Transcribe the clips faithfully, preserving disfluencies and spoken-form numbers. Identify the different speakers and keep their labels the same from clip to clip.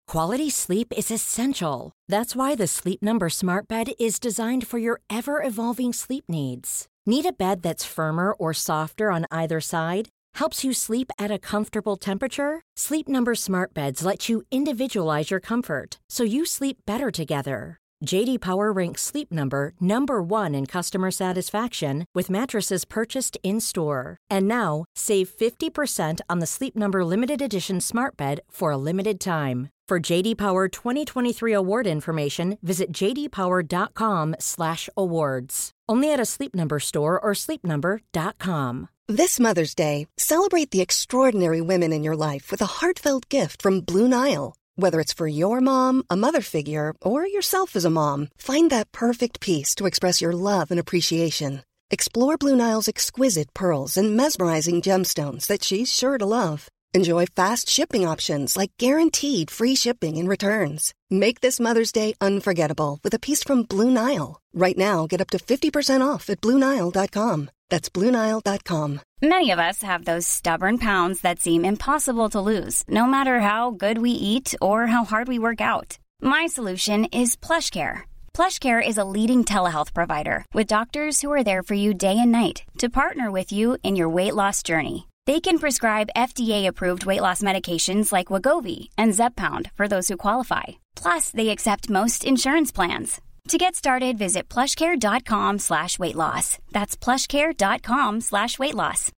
Speaker 1: Quality sleep is essential. That's why the Sleep Number Smart Bed is designed for your ever-evolving sleep needs. Need a bed that's firmer or softer on either side? Helps you sleep at a comfortable temperature? Sleep Number Smart Beds let you individualize your comfort, so you sleep better together. J D Power ranks Sleep Number number one in customer satisfaction with mattresses purchased in-store. And now, save fifty percent on the Sleep Number Limited Edition Smart Bed for a limited time. For J D Power twenty twenty-three award information, visit j d power dot com slash awards. Only at a Sleep Number store or sleep number dot com.
Speaker 2: This Mother's Day, celebrate the extraordinary women in your life with a heartfelt gift from Blue Nile. Whether it's for your mom, a mother figure, or yourself as a mom, find that perfect piece to express your love and appreciation. Explore Blue Nile's exquisite pearls and mesmerizing gemstones that she's sure to love. Enjoy fast shipping options like guaranteed free shipping and returns. Make this Mother's Day unforgettable with a piece from Blue Nile. Right now, get up to fifty percent off at blue nile dot com. That's blue nile dot com.
Speaker 3: Many of us have those stubborn pounds that seem impossible to lose, no matter how good we eat or how hard we work out. My solution is PlushCare. PlushCare is a leading telehealth provider with doctors who are there for you day and night to partner with you in your weight loss journey. They can prescribe F D A-approved weight loss medications like Wegovy and Zepbound for those who qualify. Plus, they accept most insurance plans. To get started, visit plushcare.com slash weight loss. That's plushcare.com slash weight loss.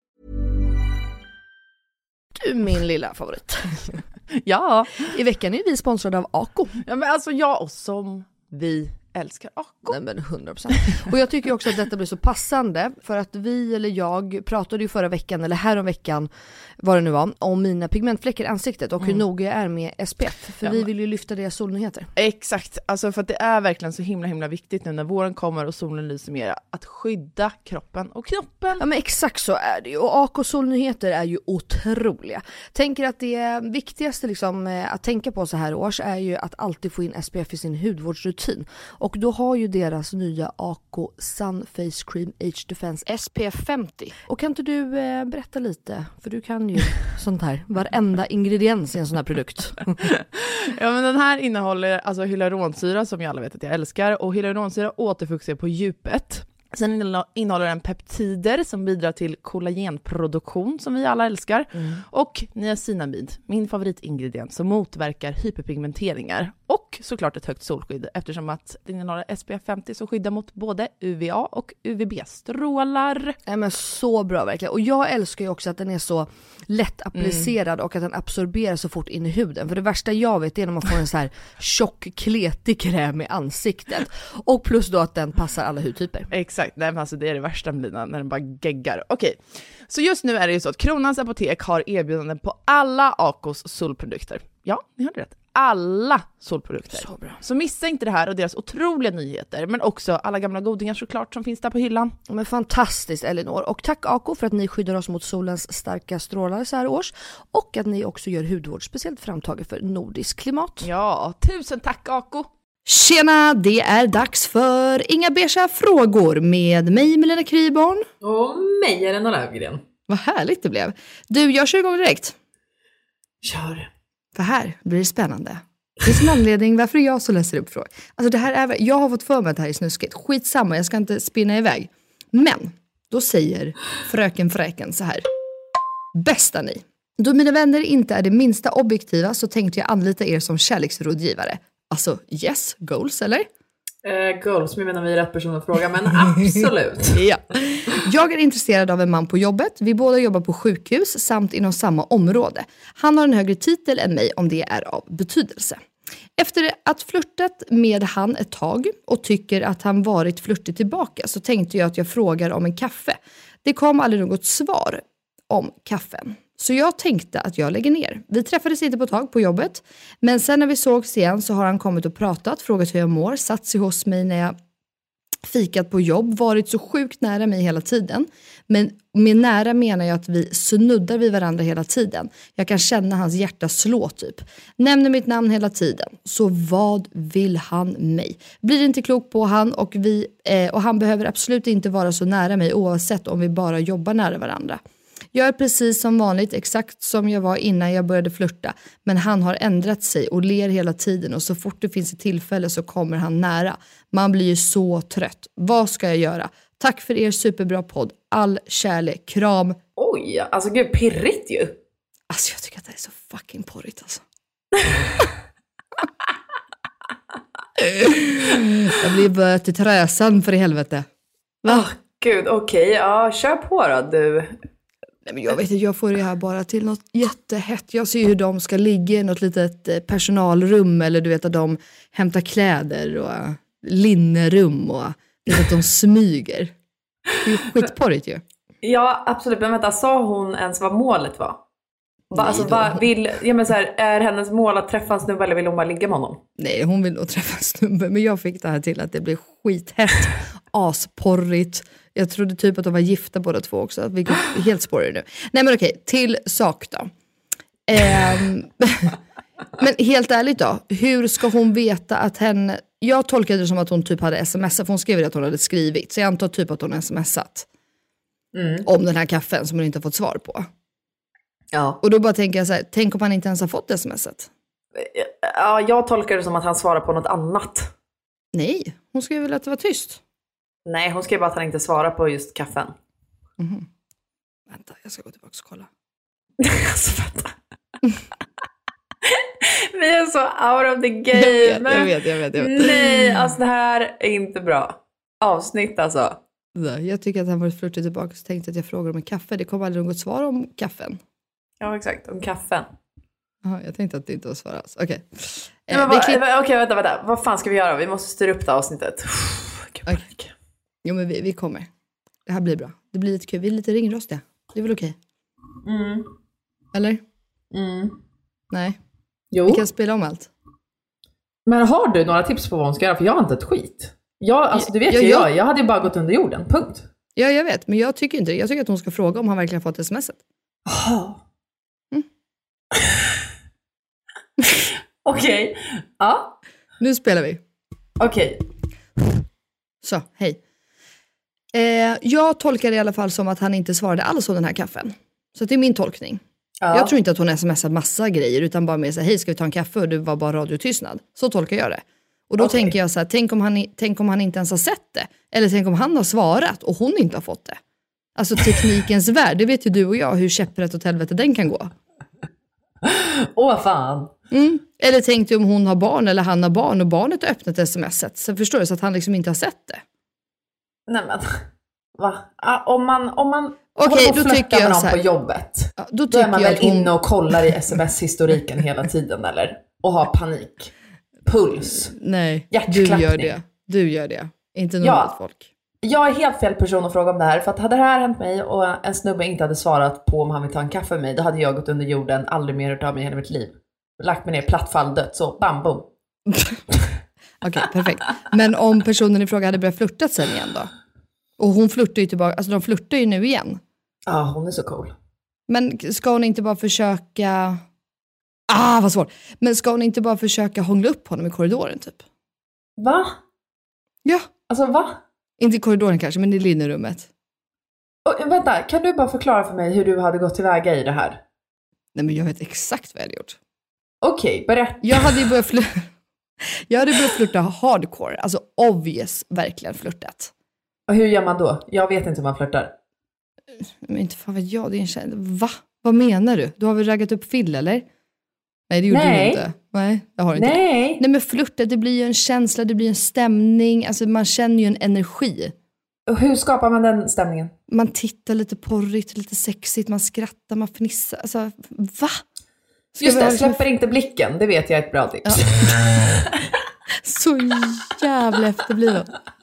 Speaker 4: Du, min lilla favorit.
Speaker 5: Ja.
Speaker 4: I veckan är vi sponsrade av Ako.
Speaker 5: Ja, men alltså jag och som vi älskar Ako.
Speaker 4: Nej, men hundra procent. Och jag tycker också att detta blir så passande för att vi eller jag pratade ju förra veckan eller här om veckan vad det nu var om mina pigmentfläckar i ansiktet och hur mm. noga jag är med S P F för ja, vi vill ju lyfta deras solnyheter.
Speaker 5: Exakt, alltså för att det är verkligen så himla himla viktigt nu när våren kommer och solen lyser mer att skydda kroppen och knoppen.
Speaker 4: Ja, men exakt så är det ju och A K solnyheter är ju otroliga. Tänker att det viktigaste liksom att tänka på så här års är ju att alltid få in S P F i sin hudvårdsrutin. Och då har ju deras nya A K Sun Face Cream Age Defense S P F femtio. Och kan inte du eh, berätta lite? För du kan ju sånt här. Varenda ingrediens i en sån här produkt.
Speaker 5: Ja, men den här innehåller alltså hyaluronsyra som jag alla vet att jag älskar. Och hyaluronsyra återfuktar på djupet. Sen innehåller den peptider som bidrar till kollagenproduktion som vi alla älskar. Mm. Och niacinamid, min favoritingrediens som motverkar hyperpigmenteringar. Och såklart ett högt solskydd eftersom att den innehåller S P F femtio som skyddar mot både U V A och U V B-strålar.
Speaker 4: Ja, men så bra verkligen. Och jag älskar ju också att den är så lätt applicerad mm. och att den absorberar så fort in i huden. För det värsta jag vet är när man får en så här tjock, kletig kräm i ansiktet. Och plus då att den passar alla hudtyper.
Speaker 5: Exakt, nej, men alltså det är det värsta med när den bara geggar. Okej, så just nu är det ju så att Kronans Apotek har erbjudanden på alla A K:s solprodukter. Ja, ni hörde rätt. Alla solprodukter.
Speaker 4: Så bra.
Speaker 5: Så missa inte det här och deras otroliga nyheter. Men också alla gamla godingar såklart som finns där på hyllan.
Speaker 4: Men fantastiskt, Elinor. Och tack A K för att ni skyddar oss mot solens starka strålar så här års. Och att ni också gör hudvård speciellt framtaget för nordisk klimat.
Speaker 5: Ja, tusen tack A K.
Speaker 4: Tjena, det är dags för Inga beiga frågor med mig Melina Kryborn.
Speaker 6: Och mig Elena Löfgren.
Speaker 4: Vad härligt det blev. Du, jag kör igång direkt.
Speaker 6: Kör.
Speaker 4: För här blir det spännande. Det finns en anledning varför jag så läser upp frågor. Alltså det här är, jag har fått för mig att det här är snuskigt. Skitsamma, jag ska inte spinna iväg. Men, då säger fröken Fräken så här. Bästa ni. Då mina vänner inte är det minsta objektiva så tänkte jag anlita er som kärleksrådgivare. Alltså, yes, goals, eller?
Speaker 6: Eh, goals, men jag menar vi är rätt person att fråga, men absolut.
Speaker 4: Ja. Jag är intresserad av en man på jobbet. Vi båda jobbar på sjukhus samt inom samma område. Han har en högre titel än mig om det är av betydelse. Efter att flirtat med han ett tag och tycker att han varit flirtig tillbaka så tänkte jag att jag frågar om en kaffe. Det kom aldrig något svar om kaffen. Så jag tänkte att jag lägger ner. Vi träffades inte på ett tag på jobbet. Men sen när vi sågs igen så har han kommit och pratat, frågat hur jag mår, satt sig hos mig när jag fikat på jobb, varit så sjukt nära mig hela tiden. Men med nära menar jag att vi snuddar vid varandra hela tiden. Jag kan känna hans hjärta slå typ. Nämner mitt namn hela tiden. Så vad vill han mig? Blir inte klok på han och, vi, eh, och han behöver absolut inte vara så nära mig oavsett om vi bara jobbar nära varandra. Jag är precis som vanligt, exakt som jag var innan jag började flirta. Men han har ändrat sig och ler hela tiden. Och så fort det finns ett tillfälle så kommer han nära. Man blir ju så trött. Vad ska jag göra? Tack för er superbra podd. All kärlek. Kram.
Speaker 6: Oj, alltså gud, pirrigt ju.
Speaker 4: Alltså jag tycker att det är så fucking porrigt alltså. Jag blir börjat till träsan för i helvete. Va?
Speaker 6: Oh, gud, okej. Okay. Ja, kör på då, du.
Speaker 4: Nej, men jag vet inte, jag får det här bara till något jättehett. Jag ser hur de ska ligga i något litet personalrum. Eller du vet att de hämtar kläder och linnerum. Och vet att de smyger. Det är ju skitporrigt ju.
Speaker 6: Ja, absolut. Men vänta, sa hon ens vad målet var? Va, alltså, vad vill, ja, men så här, är hennes mål att träffa en snubbe eller vill hon bara ligga med honom?
Speaker 4: Nej, hon vill nog träffa en snubbe. Men jag fick det här till att det blev skithett, asporrigt. Jag trodde typ att de var gifta båda två också. Vilket är helt spårig nu. Nej men okej, till sak då. Um, men helt ärligt då. Hur ska hon veta att henne... Jag tolkade det som att hon typ hade smsat. För hon skrev att hon hade skrivit. Så jag antar typ att hon har smsat. Mm. Om den här kaffen som hon inte har fått svar på. Ja. Och då bara tänker jag så här, tänk om han inte ens har fått smset.
Speaker 6: Ja, jag tolkar det som att han svarar på något annat.
Speaker 4: Nej, hon skrev väl att det var tyst.
Speaker 6: Nej, hon skrev bara att han inte svarar på just kaffen.
Speaker 4: Mm-hmm. Vänta, jag ska gå tillbaka och kolla.
Speaker 6: Alltså, vänta. Vi är så out of the game.
Speaker 4: Jag vet, jag vet, jag vet.
Speaker 6: Nej, alltså det här är inte bra. Avsnitt alltså.
Speaker 4: Jag tycker att han var flörtig tillbaka så tänkte att jag frågar om en kaffe. Det kommer aldrig något svar om kaffen.
Speaker 6: Ja, exakt. Om kaffen.
Speaker 4: Jaha, jag tänkte att det inte var svar alls. Okej.
Speaker 6: Okay. Eh, klipp... Okej, okay, vänta, vänta. Vad fan ska vi göra? Vi måste styra upp det avsnittet.
Speaker 4: Okay. Jo, men vi, vi kommer. Det här blir bra. Det blir lite kul. Vi är lite ringrostiga. Det är väl okej?
Speaker 6: Okay. Mm.
Speaker 4: Eller?
Speaker 6: Mm.
Speaker 4: Nej.
Speaker 6: Jo.
Speaker 4: Vi kan spela om allt.
Speaker 6: Men har du några tips på vad hon ska göra? För jag har inte ett skit. Jag, alltså, du vet
Speaker 4: ja,
Speaker 6: ju
Speaker 4: jag,
Speaker 6: jag. Jag hade ju bara gått under jorden. Punkt.
Speaker 4: Ja, jag vet. Men jag tycker inte det. Jag tycker att hon ska fråga om han verkligen fått smset.
Speaker 6: Jaha. Mm. Okej. Okay. Ja.
Speaker 4: Nu spelar vi.
Speaker 6: Okej. Okay.
Speaker 4: Så, hej. Eh, jag tolkar det i alla fall som att han inte svarade alls om den här kaffen. Så det är min tolkning. Ja. Jag tror inte att hon smsade massa grejer utan bara med sig, hej ska vi ta en kaffe och det var bara radiotystnad. Så tolkar jag det. Och då okay. tänker jag så här, tänk om, han, tänk om han inte ens har sett det. Eller tänk om han har svarat och hon inte har fått det. Alltså teknikens värld, det vet ju du och jag hur käpprätt åt helvete den kan gå.
Speaker 6: Åh oh, fan.
Speaker 4: Mm. Eller tänk dig om hon har barn eller han har barn och barnet har öppnat smset. Så förstår du så att han liksom inte har sett det.
Speaker 6: Nej men, va? Om man, om man
Speaker 4: okay,
Speaker 6: håller på att flirta med någon här, på jobbet, ja, då, då är man väl hon... inne och kollar i sms-historiken hela tiden eller? Och har panik. Puls.
Speaker 4: Nej, du gör det. Du gör det. Inte normalt ja, folk.
Speaker 6: Jag är helt fel person att fråga om det här. För att hade det här hänt mig och en snubbe inte hade svarat på om han vill ta en kaffe med mig, då hade jag gått under jorden, aldrig mer hört av mig i hela mitt liv. Lagt mig ner plattfall dött, så bam, boom.
Speaker 4: Okej, okay, perfekt. Men om personen i fråga hade börjat flirta sen igen då? Och hon flirtar ju tillbaka, alltså de flirtar ju nu igen.
Speaker 6: Ja, ah, hon är så cool.
Speaker 4: Men ska hon inte bara försöka... Ah, vad svårt. Men ska hon inte bara försöka hångla upp honom i korridoren typ?
Speaker 6: Va?
Speaker 4: Ja.
Speaker 6: Alltså va?
Speaker 4: Inte i korridoren kanske, men i linnerummet.
Speaker 6: Och, vänta, kan du bara förklara för mig hur du hade gått tillväga i det här?
Speaker 4: Nej, men jag vet exakt vad jag hade gjort.
Speaker 6: Okej, okay, berätta.
Speaker 4: Jag hade ju börjat flirta... jag hade börjat flirta hardcore. Alltså obvious, verkligen flirtat.
Speaker 6: Och hur gör man då? Jag vet inte hur man flirtar.
Speaker 4: Men inte fan vet jag, det är en tjej. Va? Vad menar du? Du har väl raggat upp Phil, eller? Nej, det gjorde
Speaker 6: Nej.
Speaker 4: du inte. Nej, jag har inte.
Speaker 6: Nej.
Speaker 4: Nej, men flirta, det blir ju en känsla, det blir en stämning. Alltså man känner ju en energi.
Speaker 6: Och hur skapar man den stämningen?
Speaker 4: Man tittar lite porrigt, lite sexigt, man skrattar, man fnissar. Alltså, va?
Speaker 6: Ska Just det, liksom... släpper inte blicken, det vet jag är ett bra tips. Ja.
Speaker 4: Så jävla efterblivet.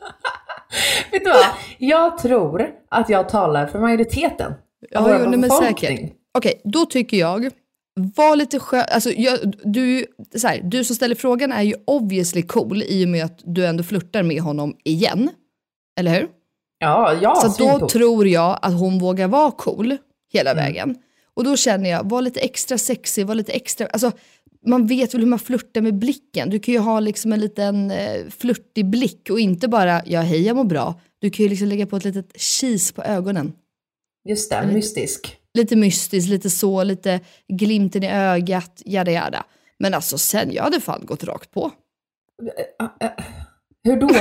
Speaker 6: Vet du vad? Jag tror att jag talar för majoriteten.
Speaker 4: Ja, jo, nej, men säkert. Okej, då tycker jag, var lite skön. Alltså, jag, du, så här, du som ställer frågan är ju obviously cool i och med att du ändå flirtar med honom igen. Eller hur?
Speaker 6: Ja, ja.
Speaker 4: Så då cool. Tror jag att hon vågar vara cool hela mm. vägen. Och då känner jag, var lite extra sexig, var lite extra... Alltså, man vet väl hur man flirtar med blicken. Du kan ju ha liksom en liten eh, flirtig blick och inte bara, ja hej jag mår bra. Du kan ju liksom lägga på ett litet kis på ögonen.
Speaker 6: Just det, Eller, mystisk.
Speaker 4: Lite mystiskt, lite så, lite glimten i ögat, jada jada. Men alltså sen, jag hade fan gått rakt på.
Speaker 6: Hur då?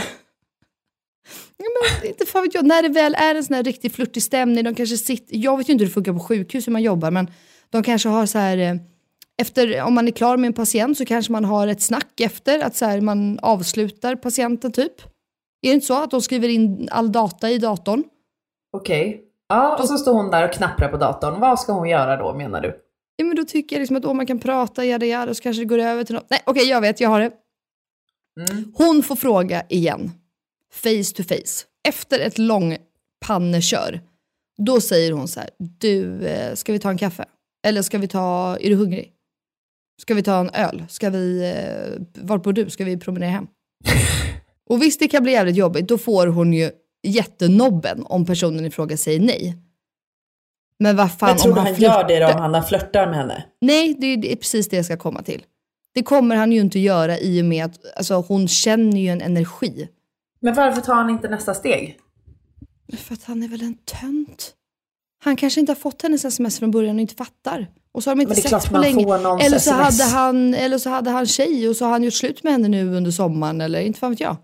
Speaker 4: Ja, men inte fan vet jag. När det väl är en sån här riktigt flirtig stämning, de kanske sitter, jag vet ju inte hur det funkar på sjukhus hur man jobbar, men de kanske har så här, efter, om man är klar med en patient så kanske man har ett snack efter, att så här, man avslutar patienten typ. Är det inte så att de skriver in all data i datorn?
Speaker 6: Okej. Okay. Ja, och så står hon där och knapprar på datorn. Vad ska hon göra då, menar du?
Speaker 4: Ja, men då tycker jag liksom att om man kan prata, jada jada, så kanske det går över till något. Nej, okej, okay, jag vet, jag har det. Mm. Hon får fråga igen. Face to face. Efter ett lång pannekör. Då säger hon så här: du, ska vi ta en kaffe? Eller ska vi ta, är du hungrig? Ska vi ta en öl? Ska vi, var bor du? Ska vi promenera hem? Och visst, det kan bli jävligt jobbigt. Då får hon ju jättenobben om personen i fråga säger nej. Men vad fan,
Speaker 7: jag tror
Speaker 4: om han,
Speaker 7: han
Speaker 4: flirtar...
Speaker 7: gör det då om han flörtar med henne.
Speaker 4: Nej, det är, det är precis det jag ska komma till. Det kommer han ju inte göra i och med att alltså, hon känner ju en energi.
Speaker 6: Men varför tar han inte nästa steg?
Speaker 4: För att han är väl en tönt. Han kanske inte har fått hennes sms från början och inte fattar. Och så har de inte sett på länge. Eller så, hade han, eller så hade han tjej och så har han gjort slut med henne nu under sommaren. Eller inte fan vet jag.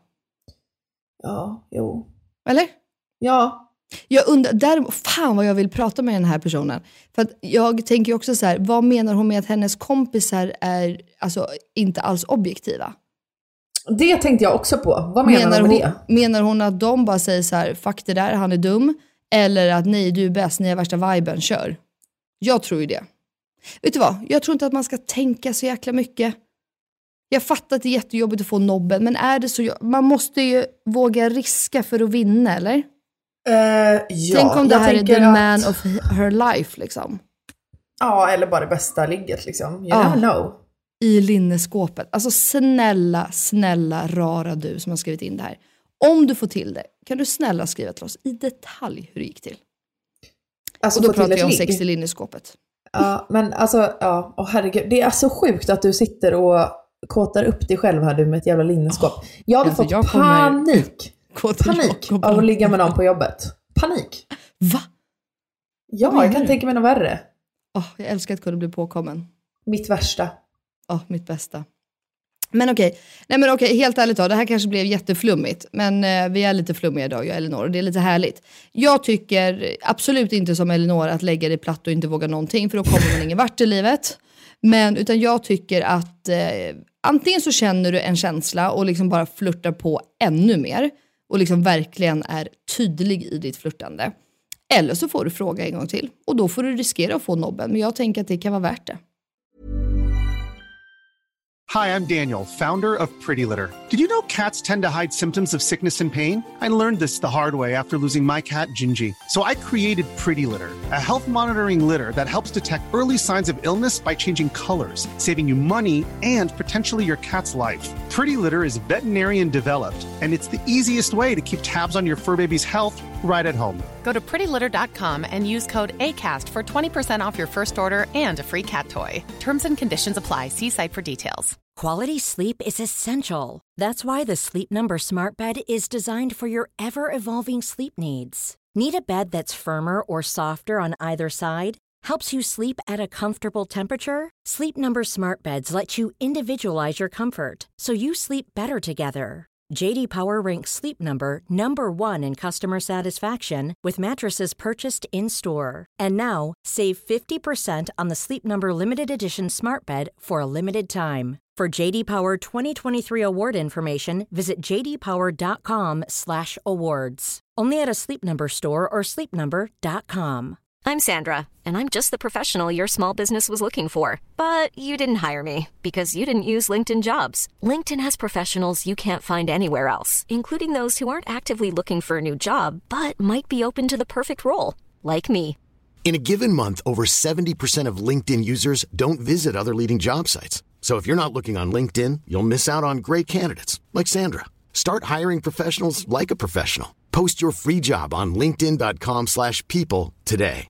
Speaker 6: Ja, jo.
Speaker 4: Eller?
Speaker 6: Ja.
Speaker 4: Jag undrar, där, fan vad jag vill prata med den här personen. För att jag tänker också så här, vad menar hon med att hennes kompisar är alltså inte alls objektiva?
Speaker 6: Det tänkte jag också på. Vad menar, menar hon med
Speaker 4: hon,
Speaker 6: det?
Speaker 4: Menar hon att de bara säger så här, fuck det där, han är dum? Eller att nej, du är bäst, ni är värsta viben, kör. Jag tror ju det. Vet du vad? Jag tror inte att man ska tänka så jäkla mycket. Jag fattar att det är jättejobbigt att få nobben, men är det så, man måste ju våga riska för att vinna, eller?
Speaker 6: Uh, ja,
Speaker 4: tänk om det här är the
Speaker 6: att...
Speaker 4: man of her life, liksom.
Speaker 6: Ja, eller bara det bästa ligget, liksom. You
Speaker 4: ja.
Speaker 6: never know.
Speaker 4: I linneskåpet. Alltså snälla, snälla, rara du som har skrivit in det här. Om du får till det, kan du snälla skriva till oss i detalj hur det gick till? Alltså, och då pratar vi om sex i linneskåpet.
Speaker 6: Ja, men alltså, ja, åh herregud. Det är så sjukt att du sitter och kåtar upp dig själv här du med ett jävla linneskåp. Oh, jag hade alltså, fått jag panik. Panik av att ligga med någon på jobbet. Panik.
Speaker 4: Va?
Speaker 6: Ja, jag kan tänka mig något värre.
Speaker 4: Oh, jag älskar att kunna bli påkommen.
Speaker 6: Mitt värsta.
Speaker 4: Ja, oh, mitt bästa. Men okej, okay. Nej men okej, okay, helt ärligt då, det här kanske blev jätteflummigt. Men eh, vi är lite flummiga idag, jag och Elinor, och det är lite härligt. Jag tycker absolut inte som Elinor att lägga det platt och inte våga någonting, för då kommer man ingen vart i livet. Men utan jag tycker att eh, antingen så känner du en känsla och liksom bara flirtar på ännu mer. Och liksom verkligen är tydlig i ditt flirtande. Eller så får du fråga en gång till. Och då får du riskera att få nobben. Men jag tänker att det kan vara värt det.
Speaker 8: Hi, I'm Daniel, founder of Pretty Litter. Did you know cats tend to hide symptoms of sickness and pain? I learned this the hard way after losing my cat, Gingy. So I created Pretty Litter, a health monitoring litter that helps detect early signs of illness by changing colors, saving you money and potentially your cat's life. Pretty Litter is veterinarian developed, and it's the easiest way to keep tabs on your fur baby's health right at home.
Speaker 9: Go to pretty litter dot com and use code ACAST for twenty percent off your first order and a free cat toy. Terms and conditions apply. See site for details.
Speaker 1: Quality sleep is essential. That's why the Sleep Number Smart Bed is designed for your ever-evolving sleep needs. Need a bed that's firmer or softer on either side? Helps you sleep at a comfortable temperature? Sleep Number Smart Beds let you individualize your comfort, so you sleep better together. J D Power ranks Sleep Number number one in customer satisfaction with mattresses purchased in-store. And now, save fifty percent on the Sleep Number Limited Edition Smart Bed for a limited time. For J D Power twenty twenty-three award information, visit j d power dot com slash awards. Only at a Sleep Number store or sleep number dot com.
Speaker 10: I'm Sandra, and I'm just the professional your small business was looking for. But you didn't hire me because you didn't use LinkedIn Jobs. LinkedIn has professionals you can't find anywhere else, including those who aren't actively looking for a new job, but might be open to the perfect role, like me.
Speaker 11: In a given month, over seventy percent of LinkedIn users don't visit other leading job sites. So if you're not looking on LinkedIn, you'll miss out on great candidates, like Sandra. Start hiring professionals like a professional. Post your free job on linkedin dot com slash people today.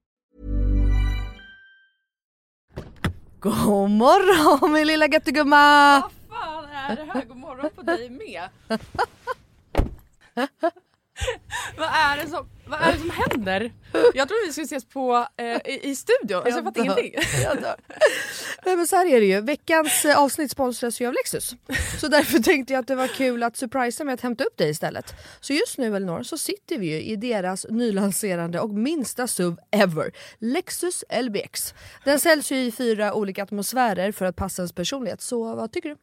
Speaker 4: God morgon min lilla göttegumma!
Speaker 5: Vad fan är det här? God morgon på dig med. Vad är det som, vad är det som händer? Jag tror vi skulle ses på eh, i, i studion. Alltså, jag fattar ingenting.
Speaker 12: Nej, men så här är det ju. Veckans eh, avsnitt sponsras ju av Lexus. Så därför tänkte jag att det var kul att surprisa med att hämta upp dig istället. Så just nu, Elinor, så sitter vi ju i deras nylanserande och minsta S U V ever. Lexus L B X. Den säljs ju i fyra olika atmosfärer för att passa ens personlighet. Så vad tycker du?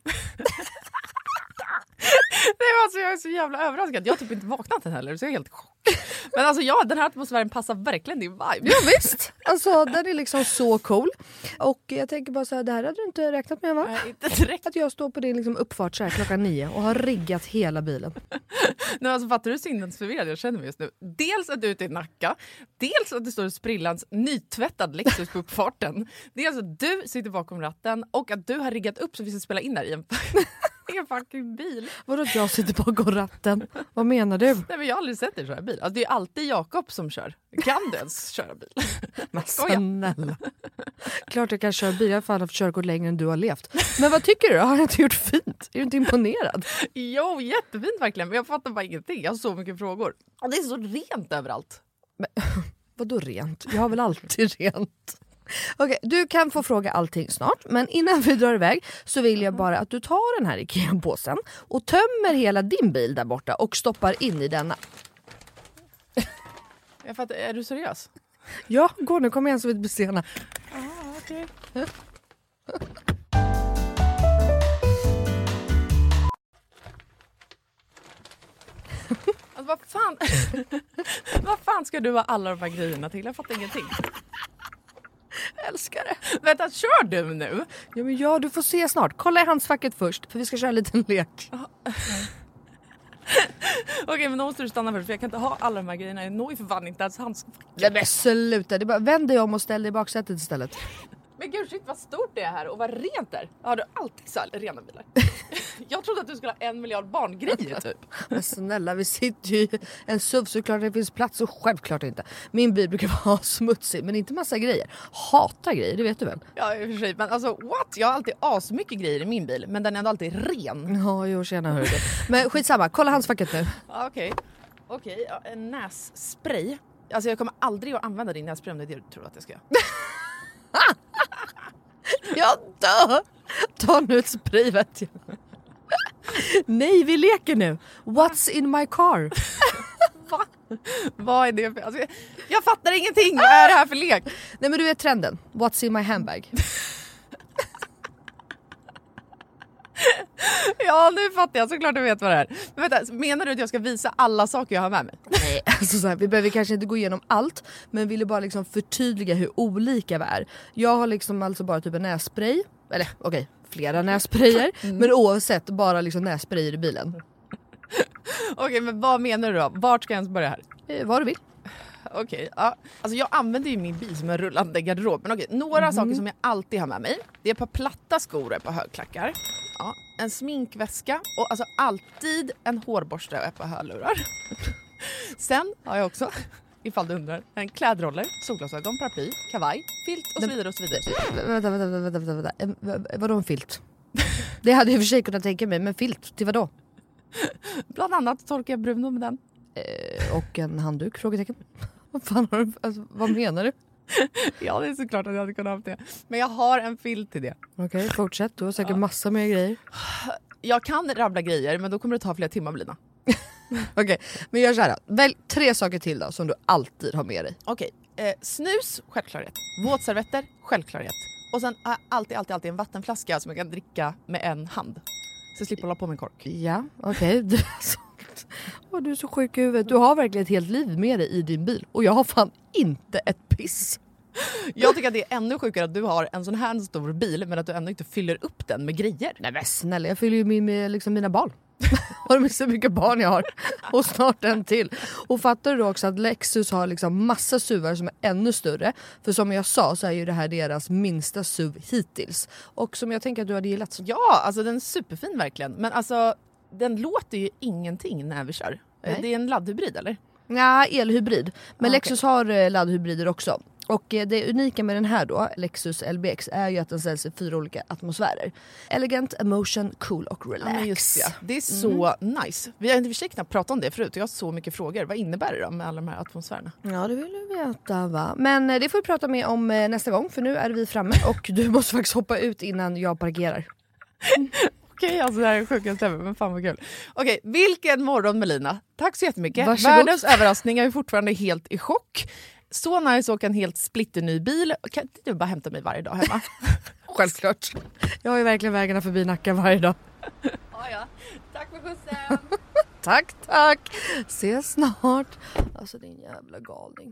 Speaker 5: Nej, alltså, jag är så jävla överraskad. Jag har typ inte vaknat än heller, så jag är helt chock. Men alltså ja, den här atmosfären passar verkligen din vibe.
Speaker 12: Ja visst, alltså den är liksom så cool. Och jag tänker bara så här, det här hade du inte räknat med, va?
Speaker 5: Nej, inte direkt.
Speaker 12: Att jag står på din liksom uppfart så här klockan nio och har riggat hela bilen.
Speaker 5: Nej, alltså fattar du sinnesförvirrad jag känner mig just nu? Dels att du är ute i Nacka, dels att det står sprillans nytvättad Lexus på uppfarten. Dels att du sitter bakom ratten och att du har riggat upp så vi ska spela in där i en... en fucking bil.
Speaker 12: Vadå att jag sitter bakom ratten? Vad menar du?
Speaker 5: Nej, men jag har aldrig sett dig köra bil. Alltså, det är alltid Jakob som kör. Kan du ens köra bil?
Speaker 12: Men snälla. Klart jag kan köra bil. Jag har fan haft körkort längre än du har levt. Men vad tycker du? Har jag inte gjort fint? Är du inte imponerad?
Speaker 5: Jo, jättefint verkligen. Men jag fattar bara ingenting. Jag har så mycket frågor. Och det är så rent överallt.
Speaker 12: Men, vadå rent? Jag har väl alltid rent. Okej, du kan få fråga allting snart. Men innan vi drar iväg så vill jag bara att du tar den här Ikea-påsen och tömmer hela din bil där borta och stoppar in i denna.
Speaker 5: Jag fattar, är du seriös?
Speaker 12: Ja, gå nu, kom igen så vi blir sena.
Speaker 5: Ah, okej. Alltså vad fan vad fan ska du ha alla de här grejerna till? Jag fattar ingenting.
Speaker 12: Jag älskar det.
Speaker 5: Vänta, kör du nu?
Speaker 12: Ja, men ja, du får se snart. Kolla i handskfacket först, för vi ska köra en liten lek.
Speaker 5: Okej, men då måste du stanna först, för jag kan inte ha alla de här grejerna. Jag når ju för fan inte ens handskfacket.
Speaker 12: Ja, men sluta. Det är bara, vänd dig om och ställ dig i baksätet istället.
Speaker 5: Men gud, shit, vad stort det är här och vad rent det är. Har du alltid så här rena bilar? Jag trodde att du skulle ha en miljard barngrejer typ.
Speaker 12: Men snälla, vi sitter ju i en S U V, så klart det finns plats, och självklart inte. Min bil brukar vara smutsig, men inte massa grejer. Hatar grejer, det vet du väl?
Speaker 5: Ja, i och för sig. Men alltså, what? Jag har alltid asmycket grejer i min bil, men den är ändå alltid ren.
Speaker 12: Ja, jo, tjena, hör du. Men skitsamma, kolla handskfacket nu.
Speaker 5: Ja, okej. Okej, ja, en nässpray. Alltså jag kommer aldrig att använda din nässpray om det är det du tror att jag ska göra.
Speaker 12: Jag dör. Ta nu ett spray, vet jag. Nej, vi leker nu. What's in my car?
Speaker 5: Va? Vad är det för... Alltså, jag, jag fattar ingenting. Vad är det här för lek?
Speaker 12: Nej, men du är trenden. What's in my handbag?
Speaker 5: Ja, nu fattar jag. Såklart du vet vad det är. Men vänta, menar du att jag ska visa alla saker jag har med mig?
Speaker 12: Nej, alltså så här, vi behöver kanske inte gå igenom allt, men ville bara liksom förtydliga hur olika vi är. Jag har liksom alltså bara typ en nässpray. Eller okej, okay, flera nässprayer. Mm. Men oavsett, bara liksom nässprayer i bilen.
Speaker 5: Okej, okay, men vad menar du då? Vart ska jag ens börja här?
Speaker 12: Eh, vad du vill.
Speaker 5: Okej, okay, ja. Alltså jag använder ju min bil som en rullande garderob. Men okej, okay, några mm. saker som jag alltid har med mig. Det är ett par platta skor och ett par högklackar. Ja, en sminkväska och alltså alltid en hårborste och ett par hörlurar. Sen har jag också, ifall du undrar, en klädroller, solglasögon, paraply, kavaj, filt och så vidare och så vidare.
Speaker 12: Vänta, vänta, vänta, vänta, vänta. Vadå en filt? Det hade jag i och för sig kunnat tänka mig, men filt, till vadå?
Speaker 5: Bland annat torkar jag Bruno med den.
Speaker 12: Eh, och en handduk, frågetecken. Vad fan har du, alltså, vad menar du?
Speaker 5: Ja, det är såklart att jag hade kunnat ha det. Men jag har en filt till det.
Speaker 12: Okej, okay, fortsätt. Du har säkert ja. massa mer grejer.
Speaker 5: Jag kan rabbla grejer, men då kommer det ta flera timmar, Blina.
Speaker 12: Okej, okay, men gör så här då. Välj tre saker till då som du alltid har med dig.
Speaker 5: Okej, okay. eh, snus, självklarhet. Våtservetter, självkllarhet. Och sen har jag alltid, alltid, alltid en vattenflaska som jag kan dricka med en hand. Så jag slipper hålla på med en kork.
Speaker 12: Ja, okej. Okay. Åh, du är så sjuk i huvudet. Du har verkligen ett helt liv med dig i din bil. Och jag har fan inte ett piss.
Speaker 5: Jag tycker att det är ännu sjukare att du har en sån här stor bil, men att du ändå inte fyller upp den med grejer.
Speaker 12: Nej men snälla, jag fyller ju med, med liksom mina barn. Har du så mycket barn jag har? Och snart en till. Och fattar du också att Lexus har liksom massa suvar som är ännu större. För som jag sa så är ju det här deras minsta S U V hittills. Och som jag tänker att du hade gillat.
Speaker 5: Ja, alltså den är superfin verkligen. Men alltså, den låter ju ingenting när vi kör. Nej. Det är en laddhybrid eller?
Speaker 12: Ja, elhybrid. Men ah, Lexus okay. har laddhybrider också. Och det unika med den här då, Lexus L B X, är ju att den säljs i fyra olika atmosfärer. Elegant, emotion, cool och relax.
Speaker 5: Ja, just det. Det är så mm. nice. Vi har inte knappt pratat om det förut. Jag har så mycket frågor. Vad innebär det då med alla de här atmosfärerna?
Speaker 12: Ja, det vill du veta, va? Men det får vi prata med om nästa gång, för nu är vi framme och du måste faktiskt hoppa ut innan jag parkerar.
Speaker 5: Okej, okay, alltså det här är sjukast ever, men fan vad kul. Okej, okay, vilken morgon Melina. Tack så jättemycket.
Speaker 12: Varsågod.
Speaker 5: Världens överraskning, jag är fortfarande helt i chock. Så nice att åka en helt splitterny bil. Kan inte du bara hämta mig varje dag hemma?
Speaker 12: Självklart. Jag har ju verkligen vägarna förbi Nacka varje dag.
Speaker 5: Ja, ja. Tack för skjutsen.
Speaker 12: Tack, tack. Ses snart. Alltså din jävla galning.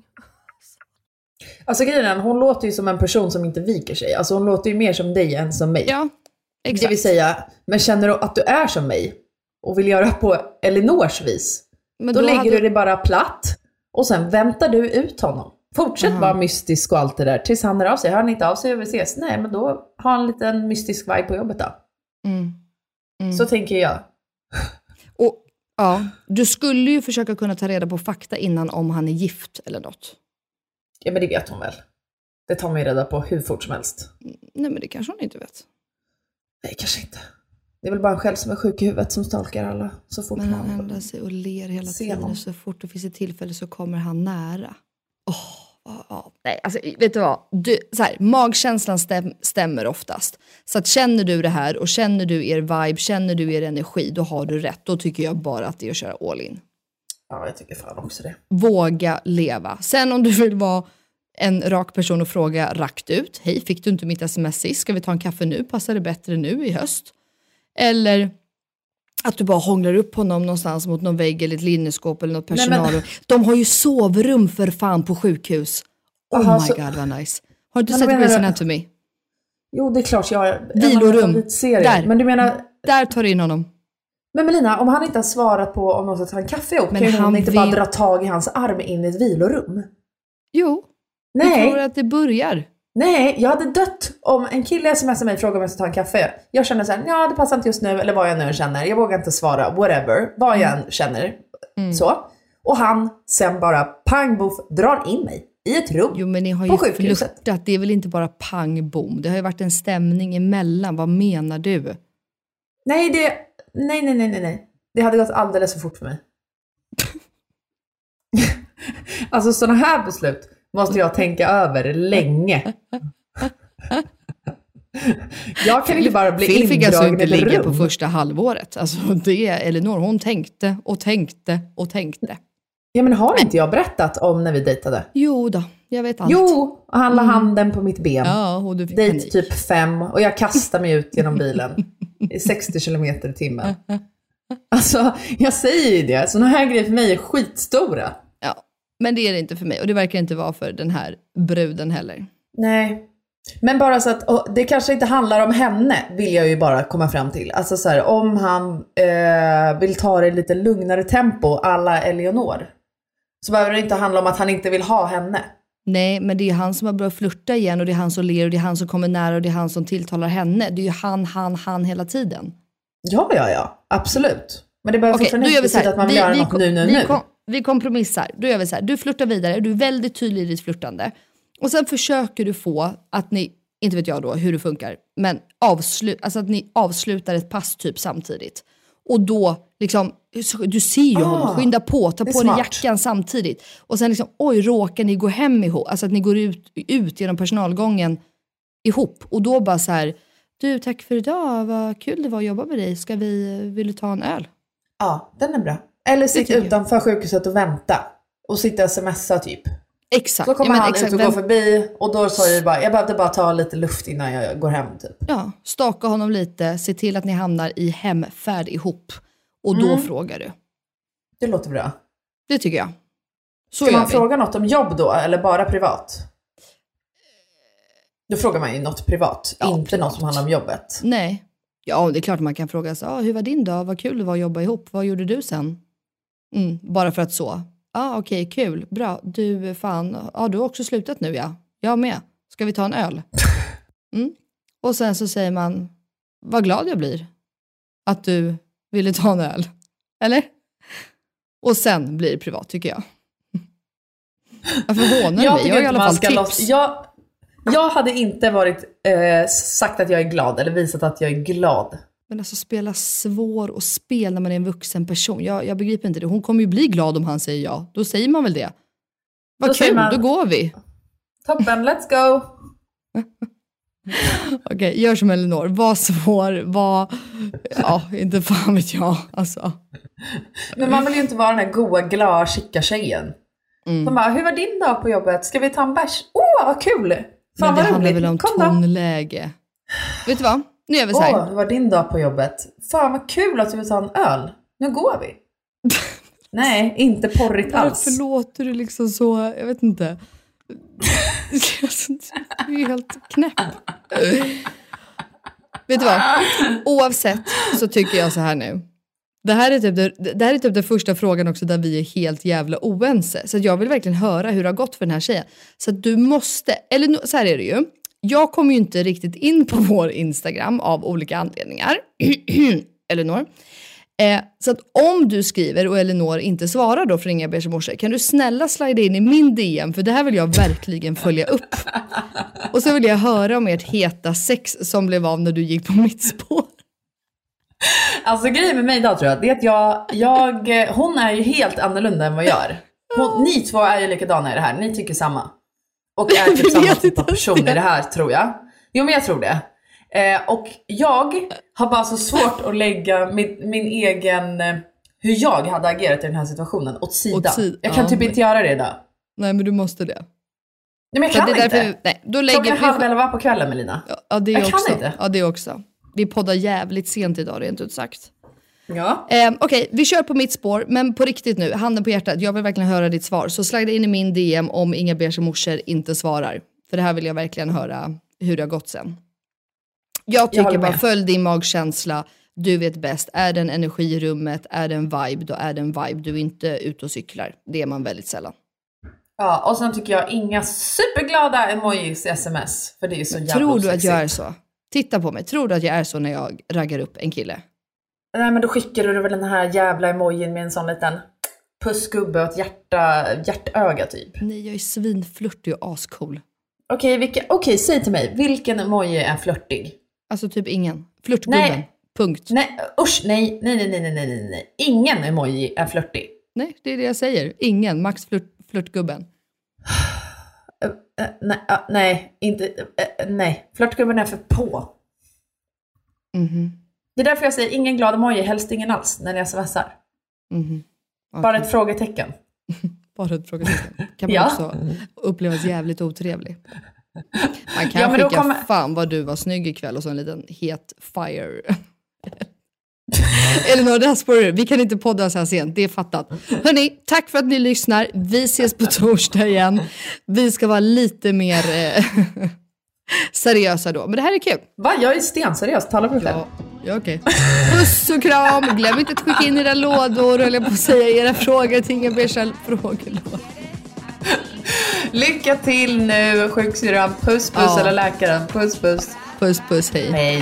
Speaker 6: Alltså grejen, hon låter ju som en person som inte viker sig. Alltså hon låter ju mer som dig än som mig.
Speaker 12: Ja, exakt.
Speaker 6: Det vill säga, men känner du att du är som mig och vill göra på Elinors vis, men då, då lägger hade... du det bara platt och sen väntar du ut honom. Fortsätt uh-huh. vara mystisk och allt det där tills han är av sig. Hör han inte av sig och vill ses? Nej, men då har han en liten mystisk vibe på jobbet då. Mm. Mm. Så tänker jag.
Speaker 4: Och ja, du skulle ju försöka kunna ta reda på fakta innan om han är gift eller något.
Speaker 6: Ja, men det vet hon väl. Det tar man ju reda på hur fort som helst.
Speaker 4: Nej, men det kanske hon inte vet.
Speaker 6: Nej, kanske inte. Det är väl bara en själv som är sjuk i huvudet som stalkar alla så fort
Speaker 4: men han
Speaker 6: man
Speaker 4: ändrar sig och ler hela tiden och så fort det finns ett tillfälle så kommer han nära. Åh, oh, oh, oh. Nej, alltså vet du vad? Du, så här, magkänslan stäm, stämmer oftast. Så att känner du det här och känner du er vibe, känner du er energi, då har du rätt. Då tycker jag bara att det är att köra all in.
Speaker 6: Ja, jag tycker fan också det.
Speaker 4: Våga leva. Sen om du vill vara en rak person och fråga rakt ut. Hej, fick du inte mitt sms sist? Ska vi ta en kaffe nu? Passar det bättre nu i höst? Eller att du bara hånglar upp honom någonstans mot någon vägg eller ett linneskåp eller något personal. Nej, men... De har ju sovrum för fan på sjukhus. Oh Aha, my så... god, vad nice. Har du inte men sett Grey's Anatomy?
Speaker 6: Jo, det är klart jag har.
Speaker 4: Vilorum.
Speaker 6: Där. Men du menar...
Speaker 4: Där tar du in honom.
Speaker 6: Men Melina, om han inte har svarat på om någon ska ta en kaffe ihop, kan han inte vill... bara dra tag i hans arm in i ett vilorum?
Speaker 4: Jo.
Speaker 6: Nej.
Speaker 4: Jag tror att det börjar.
Speaker 6: Nej, jag hade dött om en kille smsar mig och frågar om jag ska ta en kaffe. Jag känner så här, ja det passar inte just nu, eller vad jag nu känner. Jag vågar inte svara, whatever, vad jag än känner. Mm. Så. Och han sen bara pang boff drar in mig i ett rum.
Speaker 4: Jo, men ni har ju flörtat, det är väl inte bara pang bom. Det har ju varit en stämning emellan, vad menar du?
Speaker 6: Nej, det, nej, nej, nej, nej. Det hade gått alldeles för fort för mig. Alltså sådana här beslut måste jag tänka över länge. Jag kan inte bara bli
Speaker 4: Phil
Speaker 6: indragen
Speaker 4: fick alltså inte ligga
Speaker 6: rum.
Speaker 4: på första halvåret. Alltså det, Elinor, hon tänkte och tänkte och tänkte.
Speaker 6: Ja, men har inte jag berättat om när vi dejtade?
Speaker 4: Jo då, jag vet allt.
Speaker 6: Jo, och han la mm. handen på mitt ben.
Speaker 4: Ja, och du fick
Speaker 6: Dejt
Speaker 4: panik.
Speaker 6: typ fem och jag kastade mig ut genom bilen i sextio kilometer i timmen. Alltså, jag säger ju det. Såna här grejer för mig är skitstora.
Speaker 4: Ja, men det är det inte för mig. Och det verkar inte vara för den här bruden heller.
Speaker 6: Nej, men bara så att det kanske inte handlar om henne, vill jag ju bara komma fram till. Alltså så här, om han eh, vill ta det i lite lugnare tempo alla Eleonor, så behöver det inte handla om att han inte vill ha henne.
Speaker 4: Nej, men det är han som har börjat flirta igen, och det är han som ler, och det är han som kommer nära, och det är han som tilltalar henne. Det är ju han, han, han hela tiden.
Speaker 6: Ja, ja, ja. Absolut. Men det behöver
Speaker 4: okay,
Speaker 6: fortfarande inte betyda att man vill vi, göra vi, något nu, nu,
Speaker 4: vi,
Speaker 6: nu.
Speaker 4: Kom, vi kompromissar. Då gör vi så här. Du flirtar vidare, du är väldigt tydlig i ditt flirtande. Och sen försöker du få att ni, inte vet jag då hur det funkar, men avslut, alltså att ni avslutar ett pass typ samtidigt. Och då liksom, du ser ju ah, honom, skynda på, ta på dig jackan samtidigt. Och sen liksom, oj, råkar ni gå hem ihop? Alltså att ni går ut, ut genom personalgången ihop. Och då bara så här, du, tack för idag, vad kul det var att jobba med dig. Ska vi, vill du ta en öl?
Speaker 6: Ja, den är bra. Eller sitta utanför sjukhuset och vänta. Och sitta och smsa typ.
Speaker 4: Exakt.
Speaker 6: Så kommer
Speaker 4: ja,
Speaker 6: han
Speaker 4: exakt.
Speaker 6: ut och går förbi. Och då sa jag bara, jag behövde bara ta lite luft innan jag går hem typ.
Speaker 4: Ja, staka honom lite. Se till att ni hamnar i hemfärd ihop. Och då mm. frågar du.
Speaker 6: Det låter bra.
Speaker 4: Det tycker jag. Så
Speaker 6: Ska man vi. fråga något om jobb då? Eller bara privat? Då frågar man ju något privat. Ja, inte privat. Något som handlar om jobbet.
Speaker 4: Nej. Ja, det är klart man kan fråga så. Ah, hur var din dag? Vad kul det var att jobba ihop. Vad gjorde du sen? Mm, bara för att så. Ja, ah, okej, okay, kul. Bra. Du, fan. Ja, ah, du har också slutat nu, ja. Jag med. Ska vi ta en öl? Mm. Och sen så säger man, vad glad jag blir att du ville ta en öl. Eller? Och sen blir det privat, tycker jag. Varför hånar du mig? Jag har i alla fall tips. Loss-
Speaker 6: jag, jag hade inte varit eh, sagt att jag är glad eller visat att jag är glad.
Speaker 4: Men alltså spela svår och spela när man är en vuxen person. Jag, jag begriper inte det. Hon kommer ju bli glad om han säger ja. Då säger man väl det. Vad då kul, man, då går vi.
Speaker 6: Toppen, let's go.
Speaker 4: Okej, okay, gör som Elinor. Var svår, var... Ja, inte fan vet jag. Alltså.
Speaker 6: Men man vill ju inte vara den här goa, glada, chicka tjejen. Mm. De bara, hur var din dag på jobbet? Ska vi ta en bärs? Åh, oh, vad kul! Fan,
Speaker 4: men det
Speaker 6: vad
Speaker 4: handlar
Speaker 6: roligt.
Speaker 4: väl om Kom tonläge. Då. Vet du vad? Nu är vi så här.
Speaker 6: Åh, oh, hur var din dag på jobbet? Fan, vad kul att du vill ta en öl. Nu går vi. Nej, inte porrigt alls.
Speaker 4: Varför låter du liksom så, jag vet inte. Du är ju helt knäpp. Vet du vad? Oavsett så tycker jag så här nu. Det här är typ det, det här är typ den första frågan också där vi är helt jävla oense. Så jag vill verkligen höra hur det har gått för den här tjejen. Så att du måste, eller så här är det ju. Jag kommer ju inte riktigt in på vår Instagram av olika anledningar. Elinor. Eh, så att om du skriver och Elinor inte svarar då för Inga Beige morse, kan du snälla slida in i min D M, för det här vill jag verkligen följa upp. Och så vill jag höra om ert heta sex som blev av när du gick på mitt spår.
Speaker 6: Alltså grejen med mig idag tror jag, det är att jag, jag hon är ju helt annorlunda än vad jag gör. Hon, ni två är ju likadana i det här, ni tycker samma. Och är typ samma typ av person i det här tror jag. Jo men jag tror det. Eh, och jag har bara så svårt att lägga min, min egen, eh, hur jag hade agerat i den här situationen åt sidan. Åt sid- jag kan ja, typ men... inte göra det idag.
Speaker 4: Nej men du måste det.
Speaker 6: Nej men jag kan
Speaker 4: det
Speaker 6: inte.
Speaker 4: Därför, nej, då lägger
Speaker 6: Klockan halv elva på kvällen Melina.
Speaker 4: Ja, ja det är
Speaker 6: jag
Speaker 4: också.
Speaker 6: kan inte.
Speaker 4: Ja det är också. Vi poddar jävligt sent idag rent ut sagt.
Speaker 6: Ja.
Speaker 4: Eh, Okej, okay, vi kör på mitt spår. Men på riktigt nu, handen på hjärtat. Jag vill verkligen höra ditt svar. Så slida in i min D M om Inga Beige morsor inte svarar. För det här vill jag verkligen höra hur det har gått sen. Jag tycker jag bara följ din magkänsla. Du vet bäst. Är det en energi i rummet? Är det en vibe? Då är det en vibe. Du är inte ute och cyklar. Det är man väldigt sällan.
Speaker 6: Ja, och sen tycker jag inga superglada emojis i sms. För det är så jävla
Speaker 4: Tror du
Speaker 6: osexigt.
Speaker 4: att jag är så? Titta på mig. Tror du att jag är så när jag raggar upp en kille?
Speaker 6: Nej, men då skickar du väl den här jävla emojin med en sån liten pussgubbe och ett hjärta, hjärtöga typ.
Speaker 4: Nej, jag är svinflörtig och ascool.
Speaker 6: Okej, vilka, okej, säg till mig. Vilken emoji är flörtig?
Speaker 4: Alltså typ ingen. Flörtgubben. Nej. Punkt.
Speaker 6: Nej, usch, nej, nej, nej, nej, nej, nej, nej. Ingen emoji är flörtig.
Speaker 4: Nej, det är det jag säger. Ingen. Max flört, flörtgubben.
Speaker 6: Uh, uh, nej, uh, nej, inte, uh, nej. Flörtgubben är för på.
Speaker 4: Mhm.
Speaker 6: Det är därför jag säger ingen glad emoji, helst ingen alls när jag smsar.
Speaker 4: Mm-hmm. Okay.
Speaker 6: Bara ett frågetecken.
Speaker 4: Bara ett frågetecken. Kan man
Speaker 6: ja.
Speaker 4: också upplevas jävligt otrevlig. Man kan
Speaker 6: ja,
Speaker 4: skicka
Speaker 6: kommer...
Speaker 4: fan vad du var snygg ikväll och så en liten het fire. Elinor, det här spårar. Vi kan inte podda så här sent, det är fattat. Hörrni, tack för att ni lyssnar. Vi ses på torsdag igen. Vi ska vara lite mer eh, seriösa då. Men det här är kul.
Speaker 6: Va? Jag är stenseriös. Tala för dig själv.
Speaker 4: Ja, ja okej. Okay. Puss och kram. Glöm inte att skicka in era lådor, eller på att säga era frågor till Inga Beige frågelådor.
Speaker 6: Lycka till nu, sjuksyran. Puss, puss, ja. Eller läkaren. Puss, puss.
Speaker 4: Puss, puss, hej.
Speaker 6: Hej.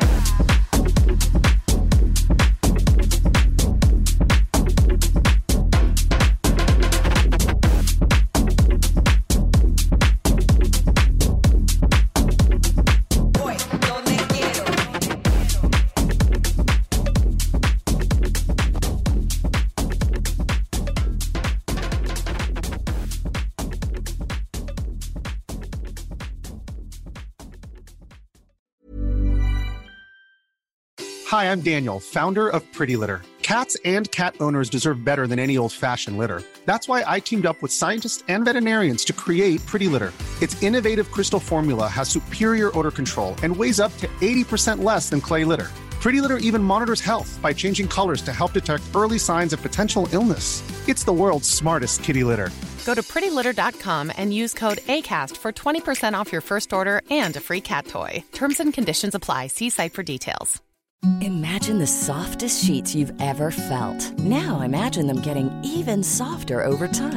Speaker 8: Hi, I'm Daniel, founder of Pretty Litter. Cats and cat owners deserve better than any old-fashioned litter. That's why I teamed up with scientists and veterinarians to create Pretty Litter. Its innovative crystal formula has superior odor control and weighs up to eighty percent less than clay litter. Pretty Litter even monitors health by changing colors to help detect early signs of potential illness. It's the world's smartest kitty litter.
Speaker 9: Go to pretty litter dot com and use code ACAST for twenty percent off your first order and a free cat toy. Terms and conditions apply. See site for details.
Speaker 13: Imagine the softest sheets you've ever felt. Now imagine them getting even softer over time.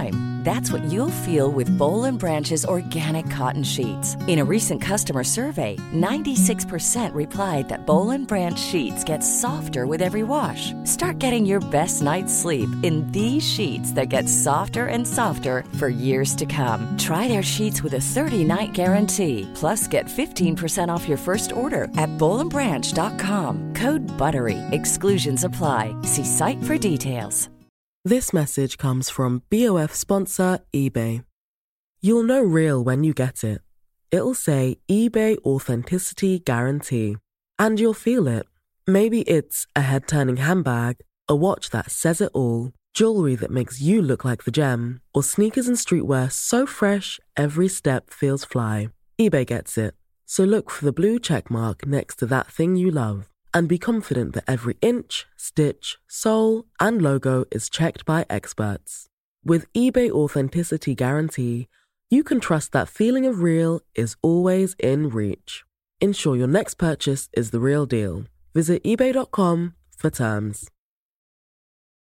Speaker 13: That's what you'll feel with Boll and Branch's organic cotton sheets. In a recent customer survey, ninety-six percent replied that Boll and Branch sheets get softer with every wash. Start getting your best night's sleep in these sheets that get softer and softer for years to come. Try their sheets with a thirty-night guarantee. Plus, get fifteen percent off your first order at boll and branch dot com. Code BUTTERY. Exclusions apply. See site for details.
Speaker 14: This message comes from B O F sponsor eBay. You'll know real when you get it. It'll say eBay Authenticity Guarantee. And you'll feel it. Maybe it's a head-turning handbag, a watch that says it all, jewelry that makes you look like the gem, or sneakers and streetwear so fresh every step feels fly. eBay gets it. So look for the blue check mark next to that thing you love. And be confident that every inch, stitch, sole, and logo is checked by experts. With eBay Authenticity Guarantee, you can trust that feeling of real is always in reach. Ensure your next purchase is the real deal. Visit ebay dot com for terms.